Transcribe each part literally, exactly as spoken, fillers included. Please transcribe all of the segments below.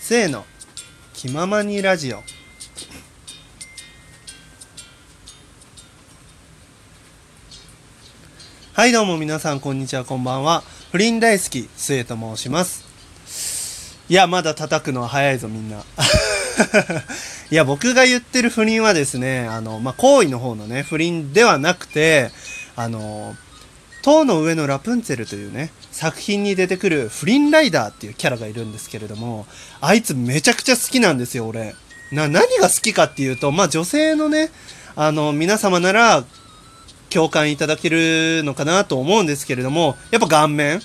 せーの、気ままにラジオ。はい、どうも皆さんこんにちは、こんばんは。不倫大好き末と申します。いや、まだ叩くのは早いぞみんな。いや、僕が言ってる不倫はですね、あのまあ行為の方のね不倫ではなくて、あの塔の上のラプンツェルというね作品に出てくるフリンライダーっていうキャラがいるんですけれども、あいつめちゃくちゃ好きなんですよ。俺な何が好きかっていうと、まあ女性のねあの皆様なら共感いただけるのかなと思うんですけれども、やっぱ顔面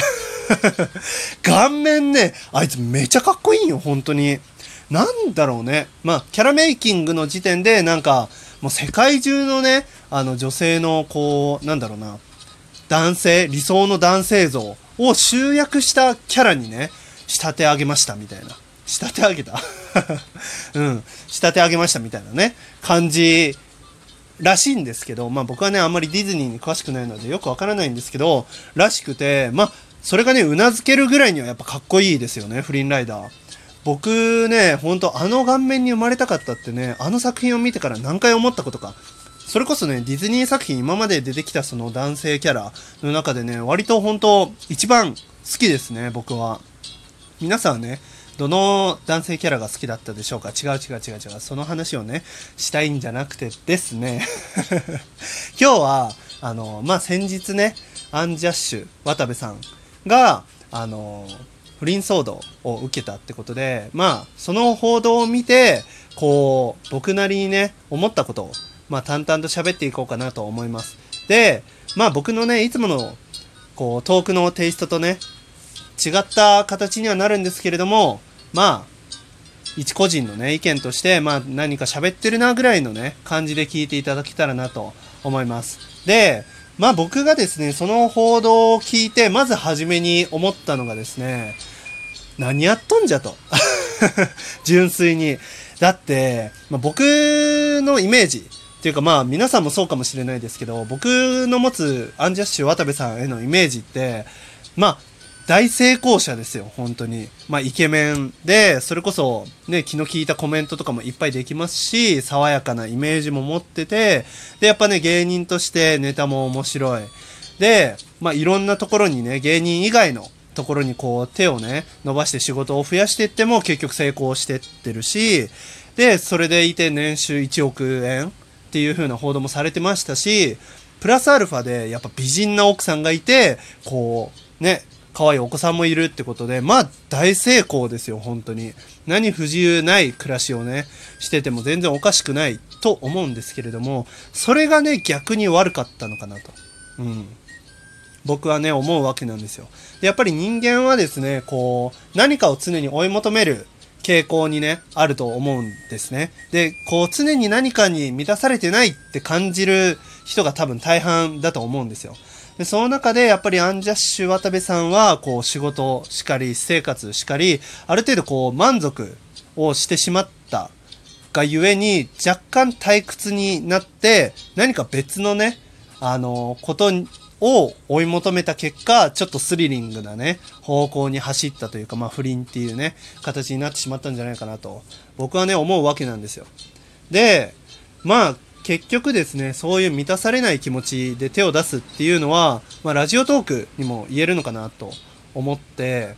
顔面ね、あいつめちゃかっこいいよ本当に。なんだろうね、まあキャラメイキングの時点でなんかもう世界中のねあの女性のこうなんだろうな、男性理想の男性像を集約したキャラにね仕立て上げましたみたいな、仕立て上げたうん仕立て上げましたみたいなね感じらしいんですけど、まあ僕はねあんまりディズニーに詳しくないのでよくわからないんですけど、らしくて、まあそれがねうなずけるぐらいにはやっぱかっこいいですよね、フリンライダー。僕ねほんとあの顔面に生まれたかったってね、あの作品を見てから何回思ったことか。それこそねディズニー作品今まで出てきたその男性キャラの中でね割と本当一番好きですね僕は。皆さんはねどの男性キャラが好きだったでしょうか。違う違う違う違う、その話をねしたいんじゃなくてですね今日はあのまあ先日ねアンジャッシュ渡部さんがあの不倫騒動を受けたってことで、まあその報道を見てこう僕なりにね思ったことをまあ淡々と喋っていこうかなと思います。でまあ僕のねいつものこうトークのテイストとね違った形にはなるんですけれども、まあ一個人のね意見としてまあ何か喋ってるなぐらいのね感じで聞いていただけたらなと思います。でまあ僕がですねその報道を聞いてまず初めに思ったのがですね、何やっとんじゃと純粋に。だって、まあ、僕のイメージっていうかまあ皆さんもそうかもしれないですけど、僕の持つアンジャッシュ渡部さんへのイメージってまあ大成功者ですよ本当に。まあイケメンで、それこそね気の利いたコメントとかもいっぱいできますし、爽やかなイメージも持ってて、でやっぱね芸人としてネタも面白いで、まあいろんなところにね芸人以外のところにこう手をね伸ばして仕事を増やしていっても結局成功してってるし、でそれでいて年収いちおくえんっていう風な報道もされてましたし、プラスアルファでやっぱ美人な奥さんがいてこうね可愛いお子さんもいるってことで、まあ大成功ですよ本当に。何不自由ない暮らしをねしてても全然おかしくないと思うんですけれども、それがね逆に悪かったのかなと、うん僕はね思うわけなんですよ。でやっぱり人間はですねこう何かを常に追い求める傾向にねあると思うんですね。でこう常に何かに満たされてないって感じる人が多分大半だと思うんですよ。でその中でやっぱりアンジャッシュ渡部さんはこう仕事しかり私生活しかりある程度こう満足をしてしまったがゆえに若干退屈になって何か別のねあのことを追い求めた結果ちょっとスリリングなね方向に走ったというか、まあ不倫っていうね形になってしまったんじゃないかなと僕はね思うわけなんですよ。でまあ結局ですねそういう満たされない気持ちで手を出すっていうのは、まあ、ラジオトークにも言えるのかなと思って、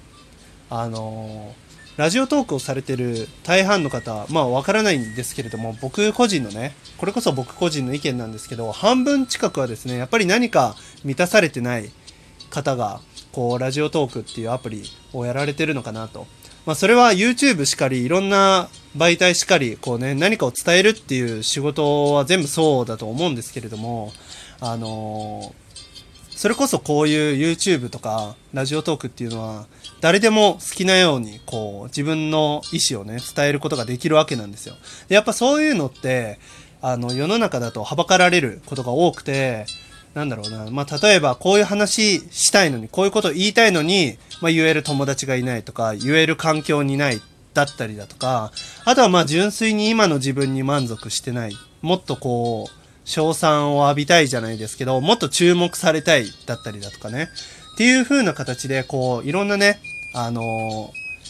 あのー、ラジオトークをされてる大半の方まあわからないんですけれども、僕個人のねこれこそ僕個人の意見なんですけど、半分近くはですねやっぱり何か満たされてない方がこうラジオトークっていうアプリをやられてるのかなと。まあそれは YouTube しかりいろんな媒体しかりこうね何かを伝えるっていう仕事は全部そうだと思うんですけれども、あのー、それこそこういう YouTube とかラジオトークっていうのは誰でも好きなようにこう自分の意思をね伝えることができるわけなんですよ。でやっぱそういうのってあの世の中だとはばかられることが多くて、なんだろうな、まあ例えばこういう話したいのにこういうこと言いたいのに、まあ、言える友達がいないとか言える環境にないだったりだとか、あとはまあ純粋に今の自分に満足してない、もっとこう称賛を浴びたいじゃないですけどもっと注目されたいだったりだとかねっていう風な形でこういろんなねあの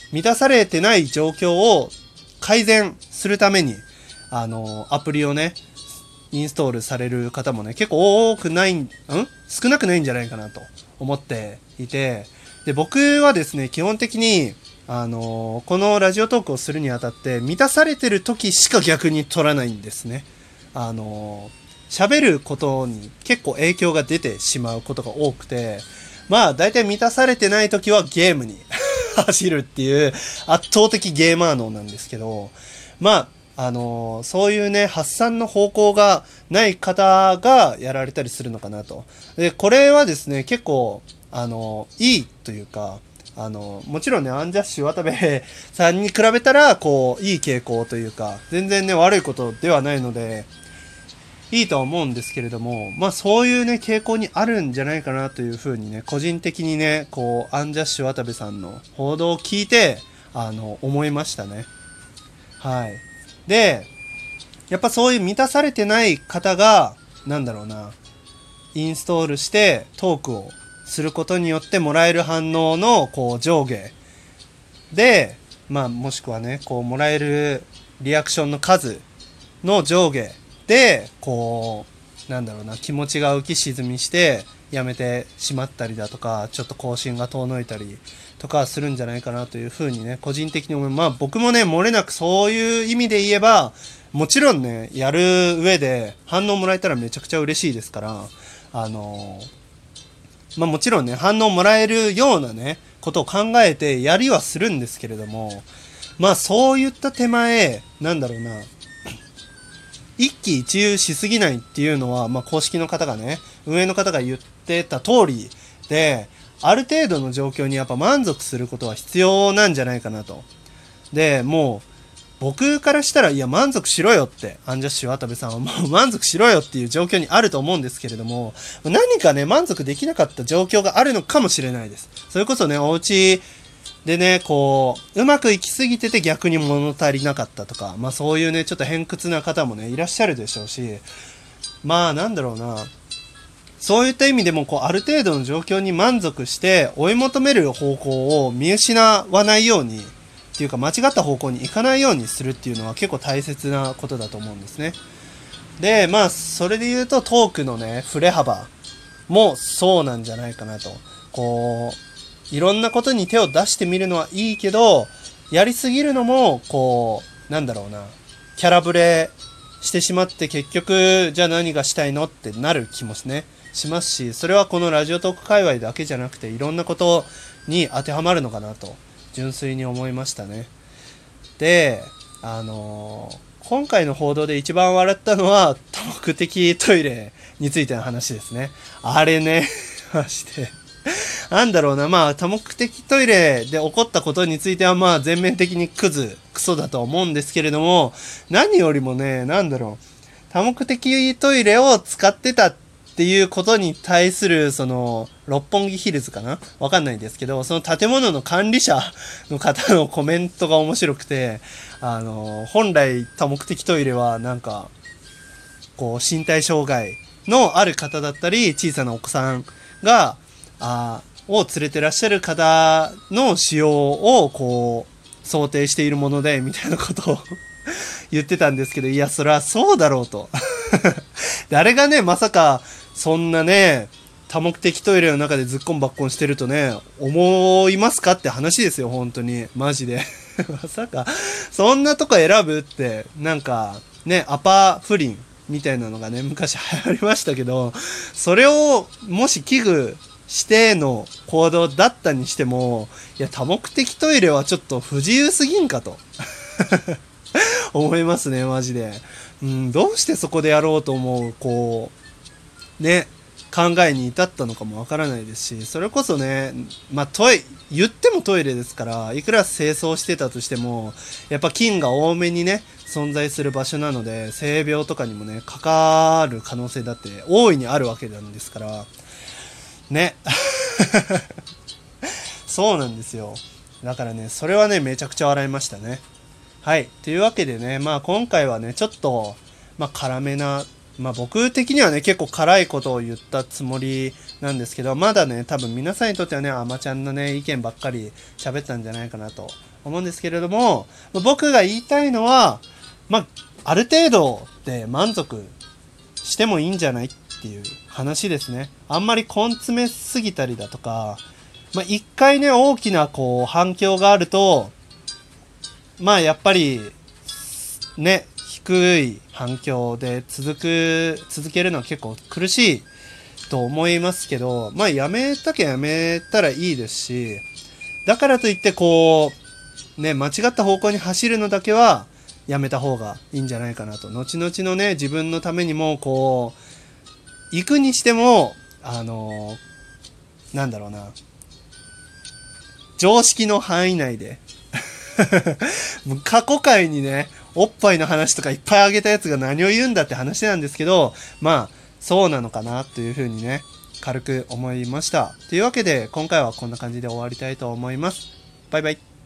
満たされてない状況を改善するために、あの、アプリをね、インストールされる方もね、結構多くないん、ん少なくないんじゃないかなと思っていて、で、僕はですね、基本的に、あの、このラジオトークをするにあたって、満たされてる時しか逆に取らないんですね。あの、喋ることに結構影響が出てしまうことが多くて、まあ、だいたい満たされてない時はゲームに走るっていう圧倒的ゲーマー脳なんですけど、まあ、あのー、そういうね、発散の方向がない方がやられたりするのかなと。で、これはですね、結構、あのー、いいというか、あのー、もちろんね、アンジャッシュ渡部さんに比べたら、こう、いい傾向というか、全然ね、悪いことではないので、いいとは思うんですけれども、まあそういうね、傾向にあるんじゃないかなというふうにね、個人的にね、こう、アンジャッシュ渡部さんの報道を聞いて、あの、思いましたね。はい。で、やっぱそういう満たされてない方が、なんだろうな、インストールしてトークをすることによってもらえる反応の、こう、上下で、まあもしくはね、こう、もらえるリアクションの数の上下で、こう、なんだろうな、気持ちが浮き沈みして、やめてしまったりだとか、ちょっと更新が遠のいたりとかするんじゃないかなというふうにね、個人的に思います。まあ僕もね、漏れなくそういう意味で言えば、もちろんね、やる上で反応もらえたらめちゃくちゃ嬉しいですから、あのー、まあもちろんね、反応もらえるようなね、ことを考えてやりはするんですけれども、まあそういった手前、なんだろうな、一喜一憂しすぎないっていうのは、まあ、公式の方がね、運営の方が言ってた通りで、ある程度の状況にやっぱ満足することは必要なんじゃないかなと。で、もう、僕からしたら、いや、満足しろよって、アンジャッシュ渡部さんはもう満足しろよっていう状況にあると思うんですけれども、何かね、満足できなかった状況があるのかもしれないです。それこそね、お家、でね、こう、うまくいきすぎてて逆に物足りなかったとか、まあそういうね、ちょっと偏屈な方もね、いらっしゃるでしょうし、まあなんだろうな、そういった意味でも、こう、ある程度の状況に満足して追い求める方向を見失わないように、っていうか間違った方向に行かないようにするっていうのは結構大切なことだと思うんですね。で、まあ、それで言うとトークのね、振れ幅もそうなんじゃないかなと。こう、いろんなことに手を出してみるのはいいけど、やりすぎるのも、こう、なんだろうな、キャラブレしてしまって結局、じゃあ何がしたいのってなる気もね、しますし、それはこのラジオトーク界隈だけじゃなくて、いろんなことに当てはまるのかなと、純粋に思いましたね。で、あのー、今回の報道で一番笑ったのは、多目的トイレについての話ですね。あれね、まして。なんだろうな、まあ、多目的トイレで起こったことについては、まあ、全面的にクズ、クソだと思うんですけれども、何よりもね、なんだろう、多目的トイレを使ってたっていうことに対する、その、六本木ヒルズかな？わかんないですけど、その建物の管理者の方のコメントが面白くて、あの、本来多目的トイレは、なんか、こう、身体障害のある方だったり、小さなお子さんが、あを連れてらっしゃる方の使用をこう想定しているものでみたいなことを言ってたんですけど、いやそれはそうだろうと誰がねまさかそんなね多目的トイレの中でズッコンバッコンしてるとね思いますかって話ですよ、本当にマジでまさかそんなとこ選ぶって、なんかねアパ不倫みたいなのがね昔流行りましたけど、それをもし危惧しての行動だったにしても、いや多目的トイレはちょっと不自由すぎんかと思いますねマジで。うん、どうしてそこでやろうと思うこうね考えに至ったのかもわからないですし、それこそねまあトイ言ってもトイレですから、いくら清掃してたとしてもやっぱ菌が多めにね存在する場所なので、性病とかにもねかかる可能性だって大いにあるわけなんですからねそうなんですよ。だからねそれはねめちゃくちゃ笑いましたね。はい、というわけでね、まあ今回はねちょっとまあ辛めなまあ僕的にはね、結構辛いことを言ったつもりなんですけど、まだね、多分皆さんにとってはね、あまちゃんのね、意見ばっかり喋ったんじゃないかなと思うんですけれども、僕が言いたいのは、まあ、ある程度で満足してもいいんじゃないっていう話ですね。あんまり根詰めすぎたりだとか、まあ一回ね、大きなこう反響があると、まあやっぱり、ね、低い反響で続く、続けるのは結構苦しいと思いますけど、まあやめたきゃやめたらいいですし、だからといってこう、ね、間違った方向に走るのだけはやめた方がいいんじゃないかなと。後々のね、自分のためにもこう、行くにしても、あの、なんだろうな、常識の範囲内で、過去回にね、おっぱいの話とかいっぱいあげたやつが何を言うんだって話なんですけど、まあ、そうなのかなというふうにね、軽く思いました。というわけで、今回はこんな感じで終わりたいと思います。バイバイ。